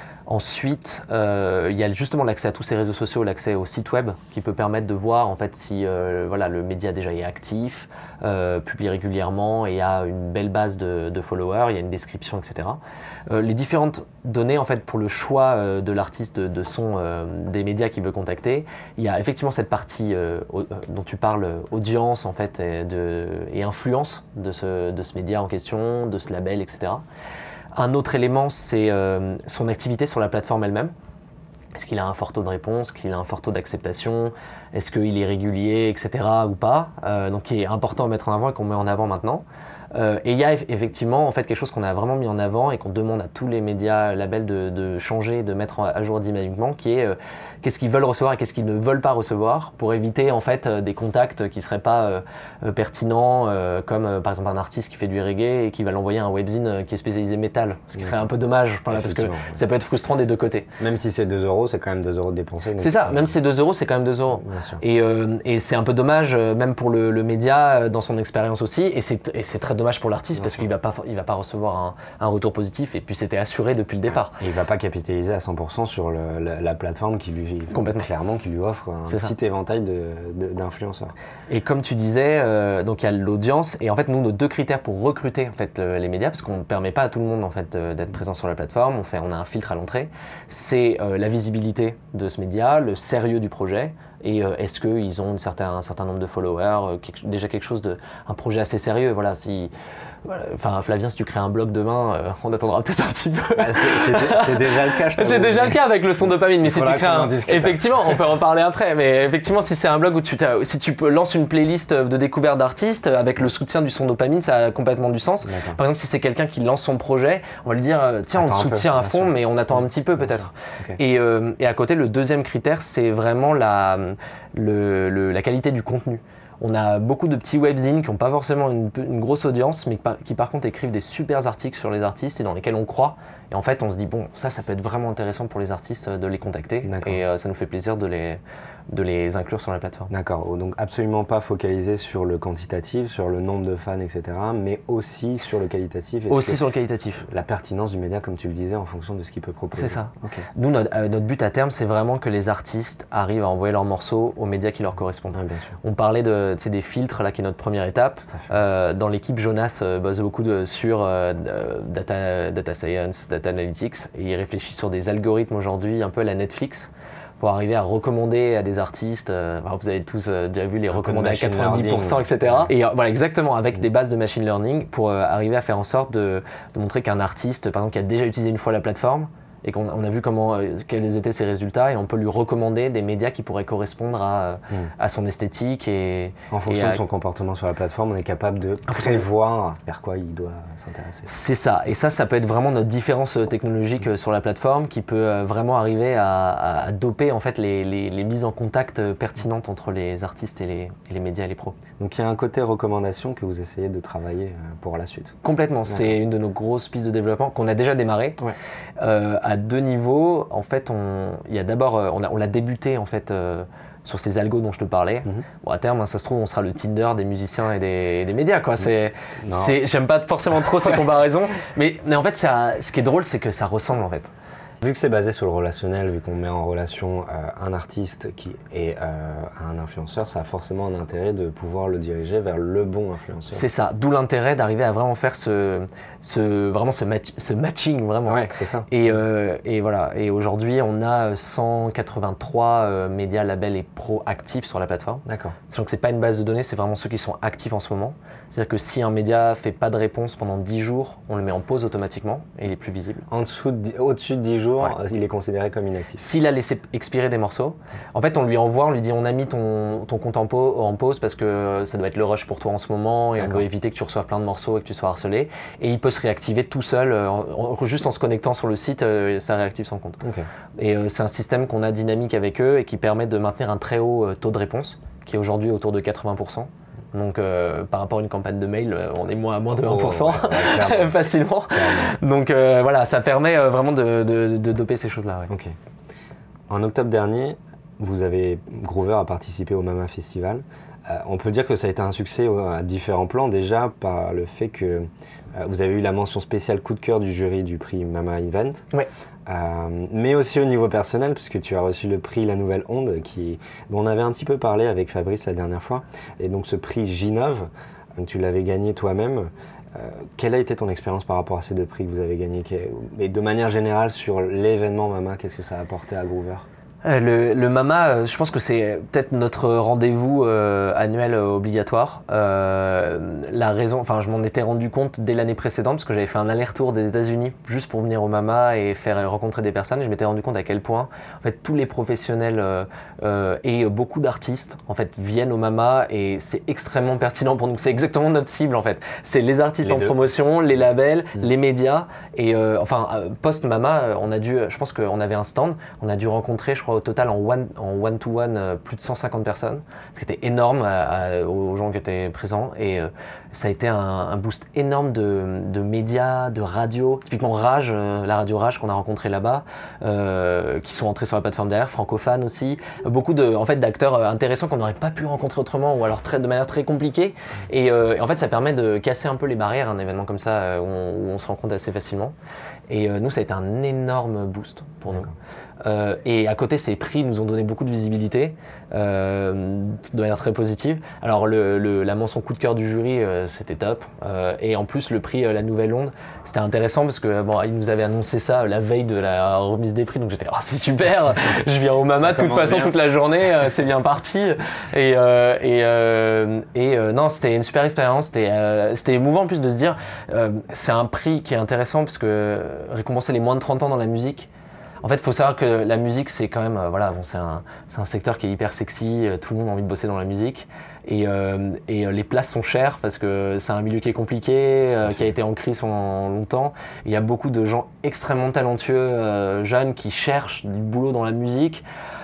Ensuite, euh, il y a justement l'accès à tous ces réseaux sociaux, l'accès au site web qui peut permettre de voir en fait si euh, voilà, le média déjà est actif, euh, publie régulièrement et a une belle base de, de followers, il y a une description, et cetera. Euh, les différentes données en fait pour le choix euh, de l'artiste, de, de son, euh, des médias qu'il veut contacter, il y a effectivement cette partie euh, au, dont tu parles, audience en fait et, de, et influence de ce, de ce média en question, de ce label, et cetera. Un autre élément, c'est euh, son activité sur la plateforme elle-même. Est-ce qu'il a un fort taux de réponse, est-ce qu'il a un fort taux d'acceptation, est-ce qu'il est régulier, et cetera ou pas, euh, donc qui est important à mettre en avant et qu'on met en avant maintenant. Euh, et il y a effectivement en fait quelque chose qu'on a vraiment mis en avant et qu'on demande à tous les médias labels de, de changer, de mettre à jour dynamiquement, qui est euh, qu'est-ce qu'ils veulent recevoir et qu'est-ce qu'ils ne veulent pas recevoir pour éviter en fait euh, des contacts qui seraient pas euh, euh, pertinents, euh, comme euh, par exemple un artiste qui fait du reggae et qui va l'envoyer un webzine euh, qui est spécialisé métal, ce qui serait un peu dommage, voilà, parce que ça peut être frustrant des deux côtés. Même si c'est deux euros, c'est quand même deux euros dépensés. C'est ça, même si c'est deux euros, c'est quand même deux euros. Et, euh, et c'est un peu dommage, euh, même pour le, le média, euh, dans son expérience aussi, et c'est, et c'est très dommage pour l'artiste Bien parce sûr. qu'il va pas, il va pas recevoir un, un retour positif, et puis c'était assuré depuis le départ. Et il va pas capitaliser à cent pour cent sur le, la, la plateforme qui lui, clairement, qui lui offre un c'est petit ça. éventail de, de, d'influenceurs. Et comme tu disais, euh, donc il y a l'audience, et en fait nous, nos deux critères pour recruter en fait, euh, les médias, parce qu'on ne permet pas à tout le monde en fait, euh, d'être présent sur la plateforme, on, fait, on a un filtre à l'entrée, c'est euh, la visibilité de ce média, le sérieux du projet, et euh, est-ce qu'ils ont une certain, un certain nombre de followers, euh, quelque, déjà quelque chose de, un projet assez sérieux. Voilà, si, voilà, enfin Flavien, si tu crées un blog demain, euh, on attendra peut-être un petit peu. Bah, c'est, c'est, c'est déjà le cas. Je c'est déjà le cas avec le son dopamine, mais si tu crées un, effectivement, on peut en parler après. Mais effectivement, si c'est un blog où tu, si tu lances une playlist de découverte d'artistes avec le soutien du son dopamine, ça a complètement du sens. D'accord. Par exemple, si c'est quelqu'un qui lance son projet, on va lui dire tiens, attends on te soutient peu, à fond, mais on attend un petit peu peut-être. Okay. Et, euh, et à côté, le deuxième critère, c'est vraiment la Le, le, la qualité du contenu. On a beaucoup de petits webzines qui n'ont pas forcément une, une grosse audience, mais qui par contre écrivent des super articles sur les artistes et dans lesquels on croit. Et en fait, on se dit, bon, ça, ça peut être vraiment intéressant pour les artistes de les contacter. D'accord. Et euh, ça nous fait plaisir de les, de les inclure sur la plateforme. D'accord, donc absolument pas focalisé sur le quantitatif, sur le nombre de fans, et cetera, mais aussi sur le qualitatif. Est-ce aussi sur le qualitatif. La pertinence du média, comme tu le disais, en fonction de ce qu'il peut proposer. C'est ça. Okay. Nous, notre, euh, notre but à terme, c'est vraiment que les artistes arrivent à envoyer leurs morceaux aux médias qui leur correspondent. Ah, bien sûr. On parlait de, des filtres, là, qui est notre première étape. Euh, dans l'équipe, Jonas euh, bosse beaucoup de, sur euh, data, data science, data analytics, et il réfléchit sur des algorithmes aujourd'hui, un peu à la Netflix, pour arriver à recommander à des artistes. Euh, vous avez tous euh, déjà vu les un recommander à quatre-vingt-dix pour cent, et cetera. Et euh, voilà, exactement, avec mmh. des bases de machine learning pour euh, arriver à faire en sorte de, de montrer qu'un artiste, par exemple, qui a déjà utilisé une fois la plateforme, et qu'on on a vu comment, euh, quels étaient ses résultats, et on peut lui recommander des médias qui pourraient correspondre à, mmh. à son esthétique. Et, en fonction et à, de son comportement sur la plateforme, on est capable de prévoir vers quoi il doit s'intéresser. C'est ça, et ça, ça peut être vraiment notre différence technologique mmh. sur la plateforme qui peut vraiment arriver à, à doper en fait, les, les, les mises en contact pertinentes entre les artistes et les, et les médias et les pros. Donc il y a un côté recommandation que vous essayez de travailler pour la suite. Complètement, ouais. C'est une de nos grosses pistes de développement qu'on a déjà démarré. Ouais. Euh, à deux niveaux, en fait, on, il y a d'abord, on, a, on l'a débuté en fait euh, sur ces algos dont je te parlais. Mm-hmm. Bon, à terme, hein, ça se trouve, on sera le Tinder des musiciens et des, et des médias, quoi. C'est, c'est, j'aime pas forcément trop ces comparaisons, mais, mais en fait, ça, ce qui est drôle, c'est que ça ressemble en fait. Vu que c'est basé sur le relationnel, vu qu'on met en relation euh, un artiste qui est euh, un influenceur, ça a forcément un intérêt de pouvoir le diriger vers le bon influenceur. C'est ça, d'où l'intérêt d'arriver à vraiment faire ce, ce, vraiment ce, match, ce matching, vraiment. Ouais, c'est ça. Et, euh, et voilà, et aujourd'hui, on a cent quatre-vingt-trois euh, médias, labels et pros actifs sur la plateforme. D'accord. Sachant que c'est pas une base de données, c'est vraiment ceux qui sont actifs en ce moment. C'est-à-dire que si un média fait pas de réponse pendant dix jours, on le met en pause automatiquement et il est plus visible. En dessous de, au-dessus de dix jours, ouais. Il est considéré comme inactif. S'il a laissé expirer des morceaux, en fait, on lui envoie, on lui dit on a mis ton, ton compte en, pause, en pause parce que ça doit être le rush pour toi en ce moment et D'accord. On veut éviter que tu reçoives plein de morceaux et que tu sois harcelé. Et il peut se réactiver tout seul, en, en, juste en se connectant sur le site, euh, ça réactive son compte. Okay. Et euh, c'est un système qu'on a dynamique avec eux et qui permet de maintenir un très haut euh, taux de réponse, qui est aujourd'hui autour de quatre-vingts pour cent. Donc euh, par rapport à une campagne de mail, euh, on est moins à moins de un pour cent oh, ouais, ouais, facilement. Clairement. Donc euh, voilà, ça permet euh, vraiment de, de, de doper ces choses-là. Ouais. Okay. En octobre dernier, vous avez Groover a participé au Mama Festival. Euh, on peut dire que ça a été un succès à différents plans, déjà par le fait que euh, vous avez eu la mention spéciale coup de cœur du jury du prix Mama Event. Ouais. Euh, mais aussi au niveau personnel, puisque tu as reçu le prix La Nouvelle Onde, qui, dont on avait un petit peu parlé avec Fabrice la dernière fois. Et donc ce prix Ginov, tu l'avais gagné toi-même. Euh, quelle a été ton expérience par rapport à ces deux prix que vous avez gagnés? Et de manière générale, sur l'événement Mama, qu'est-ce que ça a apporté à Groover? Le, le Mama, je pense que c'est peut-être notre rendez-vous euh, annuel euh, obligatoire. Euh, la raison, enfin, je m'en étais rendu compte dès l'année précédente parce que j'avais fait un aller-retour des États-Unis juste pour venir au Mama et faire rencontrer des personnes. Et je m'étais rendu compte à quel point, en fait, tous les professionnels euh, euh, et beaucoup d'artistes, en fait, viennent au Mama et c'est extrêmement pertinent pour nous. C'est exactement notre cible, en fait. C'est les artistes les en deux. promotion, les labels, mmh. les médias et euh, enfin, post-Mama, on a dû, je pense qu'on avait un stand, on a dû rencontrer, je crois, au total en one, en one-to-one euh, plus de cent cinquante personnes, ce qui était énorme à, à, aux gens qui étaient présents et euh, ça a été un, un boost énorme de, de médias, de radio, typiquement Rage, euh, la radio Rage qu'on a rencontré là-bas, euh, qui sont entrés sur la plateforme derrière, Francophane aussi, beaucoup de, en fait, d'acteurs intéressants qu'on n'aurait pas pu rencontrer autrement ou alors très, de manière très compliquée et, euh, et en fait ça permet de casser un peu les barrières, un événement comme ça où on, où on se rencontre assez facilement et euh, nous ça a été un énorme boost pour nous. Euh, et à côté, ces prix nous ont donné beaucoup de visibilité, euh, de manière très positive. Alors le, le, la mention coup de cœur du jury, euh, c'était top. Euh, et en plus, le prix euh, La Nouvelle Onde, c'était intéressant parce que bon, ils nous avaient annoncé ça la veille de la remise des prix. Donc j'étais, oh, c'est super, je viens au Mama de toute façon bien. toute la journée, euh, c'est bien parti. Et, euh, et, euh, et euh, non, c'était une super expérience. C'était, euh, c'était émouvant en plus de se dire, euh, c'est un prix qui est intéressant parce que récompenser les moins de trente ans dans la musique. En fait, il faut savoir que la musique, c'est quand même, euh, voilà, bon, c'est un, c'est un secteur qui est hyper sexy, euh, tout le monde a envie de bosser dans la musique. Et, euh, et euh, les places sont chères parce que c'est un milieu qui est compliqué, euh, qui a été en crise pendant longtemps. Il y a beaucoup de gens extrêmement talentueux, euh, jeunes, qui cherchent du boulot dans la musique.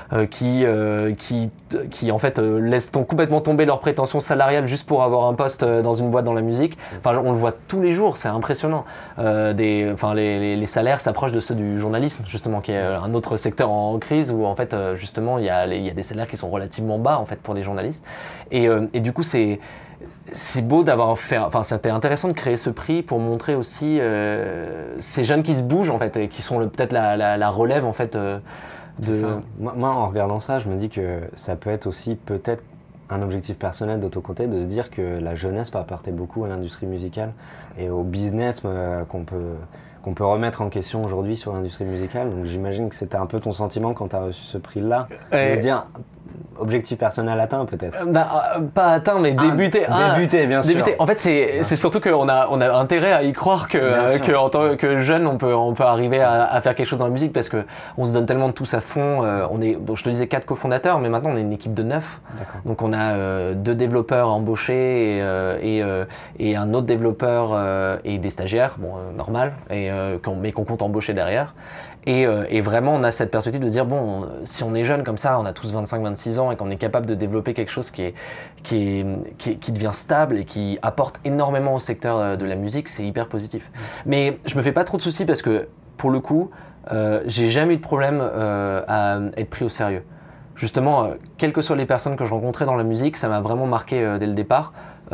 euh, qui, euh, qui, qui en fait euh, laissent ton, complètement tomber leurs prétentions salariales juste pour avoir un poste euh, dans une boîte dans la musique. Enfin, on le voit tous les jours, c'est impressionnant. Euh, des, enfin, les, les, les salaires s'approchent de ceux du journalisme, justement, qui est un autre secteur en crise où en fait, euh, justement, il y a, les, il y a des salaires qui sont relativement bas en fait pour les journalistes. Et, euh, et du coup, c'est C'est beau d'avoir fait, enfin c'était intéressant de créer ce prix pour montrer aussi euh, ces jeunes qui se bougent en fait et qui sont le, peut-être la, la, la relève en fait euh, de. Moi, moi en regardant ça, je me dis que ça peut être aussi peut-être un objectif personnel de ton côté de se dire que la jeunesse peut apporter beaucoup à l'industrie musicale et au business euh, qu'on peut qu'on peut remettre en question aujourd'hui sur l'industrie musicale. Donc j'imagine que c'était un peu ton sentiment quand tu as reçu ce prix-là, et... de se dire objectif personnel atteint peut-être. Bah, euh, pas atteint mais débuté. Ah, débuté bien sûr. Débuté. En fait c'est, c'est surtout qu'on a, on a intérêt à y croire que, euh, que en tant que jeune on peut, on peut arriver à, à faire quelque chose dans la musique parce qu'on se donne tellement de tous à fond. Euh, on est, donc je te disais quatre cofondateurs mais maintenant on est une équipe de neuf. D'accord. Donc on a euh, deux développeurs embauchés et, euh, et, euh, et un autre développeur euh, et des stagiaires, bon euh, normal, et, euh, qu'on, mais qu'on compte embaucher derrière. Et, euh, et vraiment, on a cette perspective de dire, bon, si on est jeune comme ça, on a tous vingt-cinq vingt-six ans et qu'on est capable de développer quelque chose qui, est, qui, est, qui, est, qui devient stable et qui apporte énormément au secteur de la musique, c'est hyper positif. Mmh. Mais je me fais pas trop de soucis parce que, pour le coup, euh, j'ai jamais eu de problème euh, à être pris au sérieux. Justement, euh, quelles que soient les personnes que je rencontrais dans la musique, ça m'a vraiment marqué euh, dès le départ.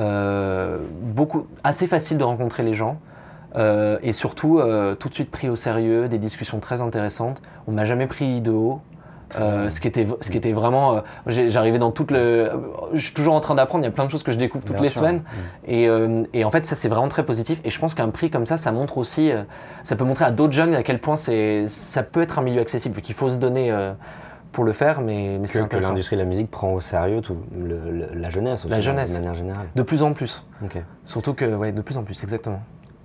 Euh, beaucoup, assez facile de rencontrer les gens. Euh, et surtout, euh, tout de suite pris au sérieux, des discussions très intéressantes. On ne m'a jamais pris de haut. Euh, ce, qui était, ce qui était vraiment... Euh, j'arrivais dans toute le... Je suis toujours en train d'apprendre, il y a plein de choses que je découvre toutes Bien les sûr. semaines. Mmh. Et, euh, et en fait, ça, c'est vraiment très positif. Et je pense qu'un prix comme ça, ça montre aussi... Euh, ça peut montrer à d'autres jeunes à quel point c'est, ça peut être un milieu accessible, qu'il faut se donner... Euh, pour le faire, mais, mais que, c'est intéressant. Que l'industrie de la musique prend au sérieux tout le, le, la jeunesse aussi, la jeunesse. de manière générale. De plus en plus. Okay. Surtout que, ouais, de plus en plus, exactement.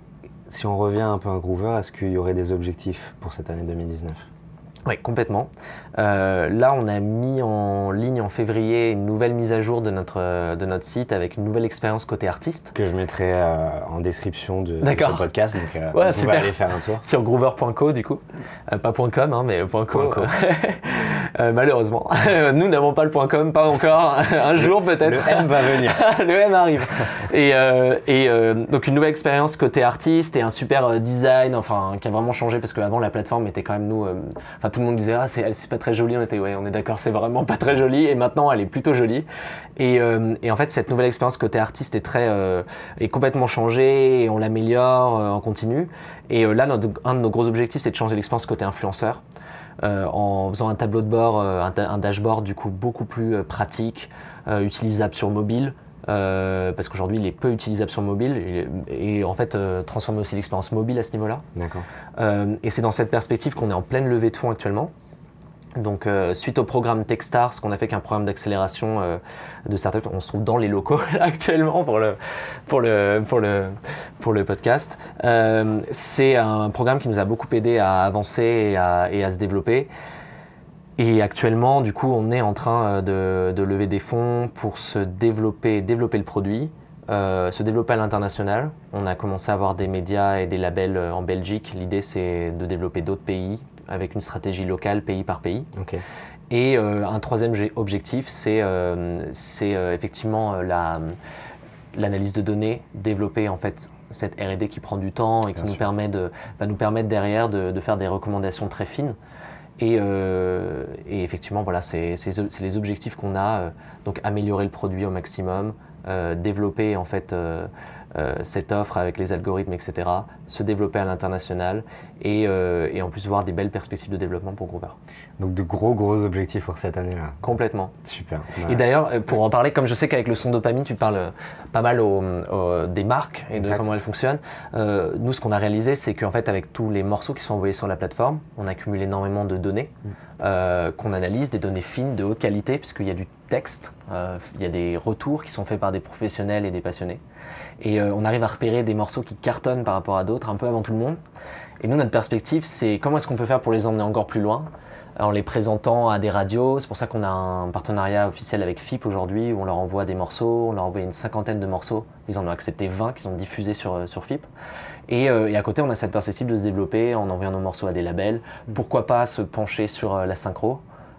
Si on revient un peu à Groover, est-ce qu'il y aurait des objectifs pour cette année deux mille dix-neuf ? Oui, complètement. Euh, là, on a mis en ligne en février une nouvelle mise à jour de notre, de notre site avec une nouvelle expérience côté artiste. Que je mettrai euh, en description de, de ce podcast, donc euh, ouais, vous pouvez aller faire un tour. Sur groover point co du coup. Euh, pas .com, hein, mais .co. .co. euh, malheureusement. Nous n'avons pas le .com, pas encore. Un jour peut-être. Le M va venir. Le M arrive. Et, euh, et euh, donc une nouvelle expérience côté artiste et un super design, enfin, qui a vraiment changé parce qu'avant la plateforme était quand même nous... Euh, tout le monde disait ah c'est, c'est pas très joli, on était ouais on est d'accord c'est vraiment pas très joli et maintenant elle est plutôt jolie et, euh, et en fait cette nouvelle expérience côté artiste est très euh, est complètement changée et on l'améliore euh, en continu et euh, là notre, un de nos gros objectifs c'est de changer l'expérience côté influenceur euh, en faisant un tableau de bord euh, un, un dashboard du coup beaucoup plus euh, pratique euh, utilisable sur mobile. Euh, parce qu'aujourd'hui il est peu utilisable sur mobile et, et en fait euh, transformer aussi l'expérience mobile à ce niveau-là. D'accord. Euh, et c'est dans cette perspective qu'on est en pleine levée de fonds actuellement. Donc euh, suite au programme Techstars, qu'on a fait qu'un programme d'accélération euh, de startup, on se trouve dans les locaux actuellement pour le, pour le, pour le, pour le podcast. Euh, c'est un programme qui nous a beaucoup aidé à avancer et à, et à se développer. Et actuellement, du coup, on est en train de, de lever des fonds pour se développer, développer le produit, euh, se développer à l'international. On a commencé à avoir des médias et des labels en Belgique. L'idée, c'est de développer d'autres pays avec une stratégie locale, pays par pays. Okay. Et euh, un troisième objectif, c'est, euh, c'est euh, effectivement la, l'analyse de données, développer en fait cette R et D qui prend du temps et qui nous permet de, va nous permettre derrière de, de faire des recommandations très fines. Et, euh, et effectivement, voilà, c'est, c'est, c'est les objectifs qu'on a. Euh, donc, améliorer le produit au maximum, euh, développer en fait euh, euh, cette offre avec les algorithmes, et cetera. Se développer à l'international et, euh, et en plus voir des belles perspectives de développement pour Groover. Donc, de gros gros objectifs pour cette année-là. Complètement. Super. Ouais. Et d'ailleurs, pour en parler, comme je sais qu'avec le son dopamine, tu parles pas mal au, au, des marques et exact. De comment elles fonctionnent. Euh, nous, ce qu'on a réalisé, c'est qu'en fait, avec tous les morceaux qui sont envoyés sur la plateforme, on accumule énormément de données mm. euh, qu'on analyse, des données fines, de haute qualité, puisqu'il y a du texte, euh, il y a des retours qui sont faits par des professionnels et des passionnés. Et euh, on arrive à repérer des morceaux qui cartonnent par rapport à d'autres, un peu avant tout le monde. Et nous, notre perspective, c'est comment est-ce qu'on peut faire pour les emmener encore plus loin en les présentant à des radios. C'est pour ça qu'on a un partenariat officiel avec F I P aujourd'hui, où on leur envoie des morceaux, on leur envoie une cinquantaine de morceaux. Ils en ont accepté vingt qui sont diffusés sur, sur F I P. Et, euh, et à côté, on a cette perspective de se développer en envoyant nos morceaux à des labels. Pourquoi pas se pencher sur euh, la synchro,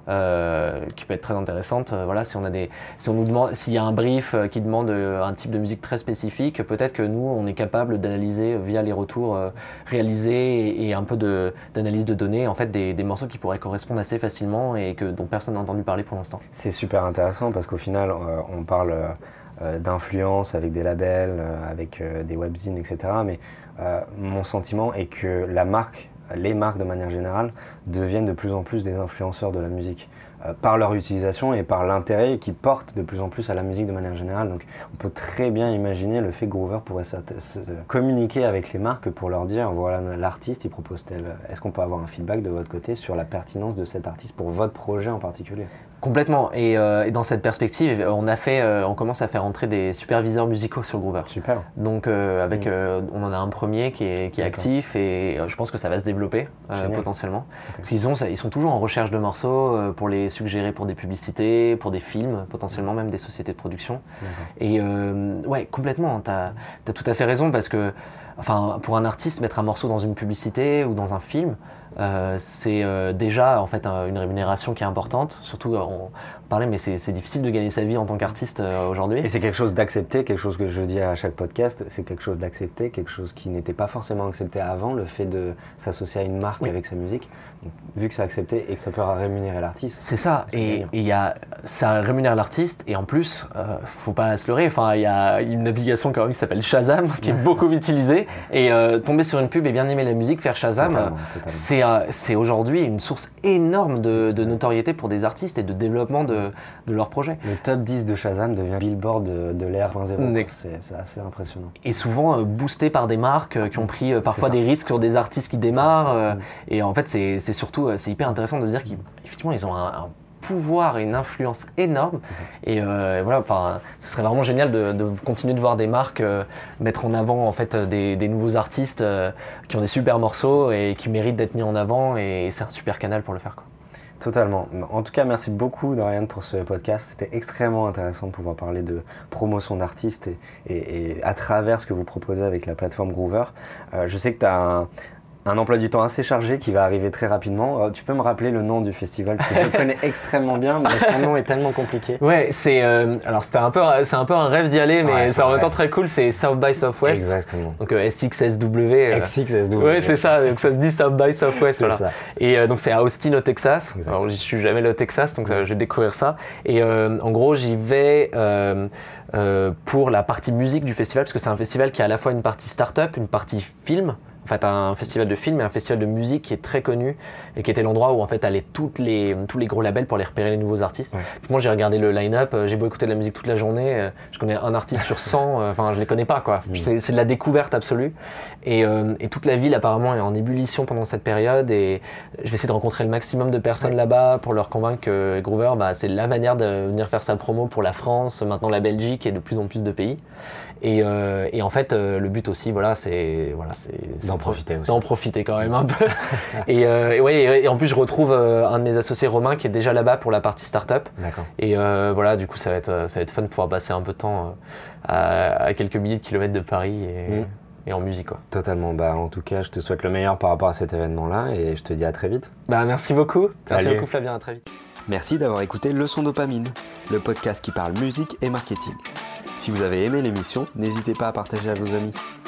Euh, qui peut être très intéressante. Euh, voilà, si on a des, si on nous demande, s'il y a un brief euh, qui demande euh, un type de musique très spécifique, peut-être que nous, on est capable d'analyser euh, via les retours euh, réalisés et, et un peu de, d'analyse de données, en fait, des, des morceaux qui pourraient correspondre assez facilement et que dont personne n'a entendu parler pour l'instant. C'est super intéressant parce qu'au final, euh, on parle euh, d'influence avec des labels, euh, avec euh, des webzines, et cetera. Mais euh, mon sentiment est que la marque, les marques de manière générale, deviennent de plus en plus des influenceurs de la musique euh, par leur utilisation et par l'intérêt qu'ils portent de plus en plus à la musique de manière générale. Donc on peut très bien imaginer le fait que Groover pourrait communiquer avec les marques pour leur dire voilà, l'artiste il propose tel. Est-ce qu'on peut avoir un feedback de votre côté sur la pertinence de cet artiste pour votre projet en particulier ? Complètement. Et, euh, et dans cette perspective, on a fait, euh, on commence à faire entrer des superviseurs musicaux sur Groover. Super. Donc euh, avec, mmh. euh, on en a un premier qui est, qui est actif et euh, je pense que ça va se développer euh, potentiellement. Okay. Parce qu'ils ont, ils sont toujours en recherche de morceaux euh, pour les suggérer pour des publicités, pour des films, potentiellement même des sociétés de production. Et euh, ouais, complètement. T'as, t'as tout à fait raison parce que, enfin, pour un artiste, mettre un morceau dans une publicité ou dans un film. Euh, c'est euh, déjà en fait un, une rémunération qui est importante, surtout euh, on parlait mais c'est, c'est difficile de gagner sa vie en tant qu'artiste euh, aujourd'hui. Et c'est quelque chose d'accepté, quelque chose que je dis à chaque podcast, c'est quelque chose d'accepté, quelque chose qui n'était pas forcément accepté avant, le fait de s'associer à une marque oui. avec sa musique. Donc, vu que c'est accepté et que ça peut rémunérer l'artiste. C'est ça, c'est et il y a ça rémunère l'artiste et en plus, euh, faut pas se leurrer, enfin il y a une application quand même qui s'appelle Shazam qui est beaucoup utilisée et euh, tomber sur une pub et bien aimer la musique, faire Shazam, totalement, totalement. c'est c'est aujourd'hui une source énorme de, de notoriété pour des artistes et de développement de, de leurs projets. Le top dix de Shazam devient Billboard de, de l'ère un point zéro. C'est, c'est assez impressionnant. Et souvent euh, boosté par des marques euh, qui ont pris euh, parfois des risques sur des artistes qui démarrent. Euh, et en fait, c'est, c'est surtout euh, c'est hyper intéressant de se dire qu'effectivement, ils ont un, un pouvoir et une influence énorme. Et, euh, et voilà, enfin, ce serait vraiment génial de, de continuer de voir des marques euh, mettre en avant en fait des, des nouveaux artistes euh, qui ont des super morceaux et qui méritent d'être mis en avant. Et c'est un super canal pour le faire, quoi. Totalement. En tout cas, merci beaucoup Dorian pour ce podcast. C'était extrêmement intéressant de pouvoir parler de promotion d'artistes et, et, et à travers ce que vous proposez avec la plateforme Groover. Euh, je sais que tu as un Un emploi du temps assez chargé qui va arriver très rapidement. Tu peux me rappeler le nom du festival parce que je le connais extrêmement bien, mais son nom est tellement compliqué. Ouais, c'est euh, alors c'était un peu c'est un peu un rêve d'y aller, mais ouais, c'est, c'est en même temps très cool. C'est South by Southwest. Exactement. Donc euh, S X S W. Euh, S X S W. Ouais, c'est ça. Donc ça se dit South by Southwest. Voilà. Ça. Et euh, donc c'est à Austin au Texas. Exactement. Alors j'y suis jamais allé au Texas, donc ça, je vais découvrir ça. Et euh, en gros j'y vais. Euh, euh, pour la partie musique du festival, parce que c'est un festival qui a à la fois une partie start-up, une partie film. En fait, un festival de film et un festival de musique qui est très connu et qui était l'endroit où en fait allaient toutes les, tous les gros labels pour aller repérer les nouveaux artistes. Ouais. Moi, j'ai regardé le line-up, j'ai beau écouter de la musique toute la journée, je connais un artiste sur cent, enfin, je les connais pas, quoi. Mmh. C'est, c'est de la découverte absolue. Et, euh, et toute la ville, apparemment, est en ébullition pendant cette période. Et je vais essayer de rencontrer le maximum de personnes ouais. là-bas pour leur convaincre que Groover, bah, c'est la manière de venir faire sa promo pour la France, maintenant la Belgique et de plus en plus de pays. Et, euh, et en fait, euh, le but aussi, voilà, c'est, voilà, c'est, c'est d'en profiter aussi. D'en profiter quand même un peu. et, euh, et, ouais, et, et en plus, je retrouve euh, un de mes associés, Romain, qui est déjà là-bas pour la partie start-up. D'accord. Et euh, voilà, du coup, ça va être, ça va être fun de pouvoir passer un peu de temps euh, à, à quelques milliers de kilomètres de Paris et, mmh. et en musique, quoi. Totalement. Bah, en tout cas, je te souhaite le meilleur par rapport à cet événement-là et je te dis à très vite. Bah, merci beaucoup. Salut. Merci beaucoup, Flavien. À très vite. Merci d'avoir écouté Leçon Dopamine, le podcast qui parle musique et marketing. Si vous avez aimé l'émission, n'hésitez pas à partager à vos amis.